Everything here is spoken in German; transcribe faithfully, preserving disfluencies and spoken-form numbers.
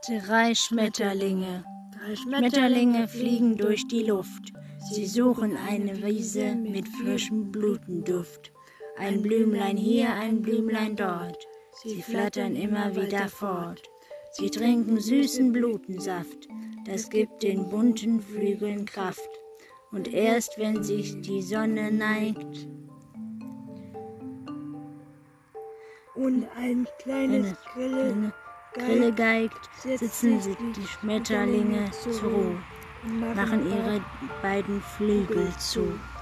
Drei Schmetterlinge. Drei Schmetterlinge fliegen durch die Luft. Sie suchen eine Wiese mit frischem Blumenduft. Ein Blümlein hier, ein Blümlein dort. Sie flattern immer wieder fort. Sie trinken süßen Blumensaft. Das gibt den bunten Flügeln Kraft. Und erst wenn sich die Sonne neigt und ein kleines Grille, Grille geigt, sitzen sich die Schmetterlinge zur Ruhe, machen ihre beiden Flügel zu.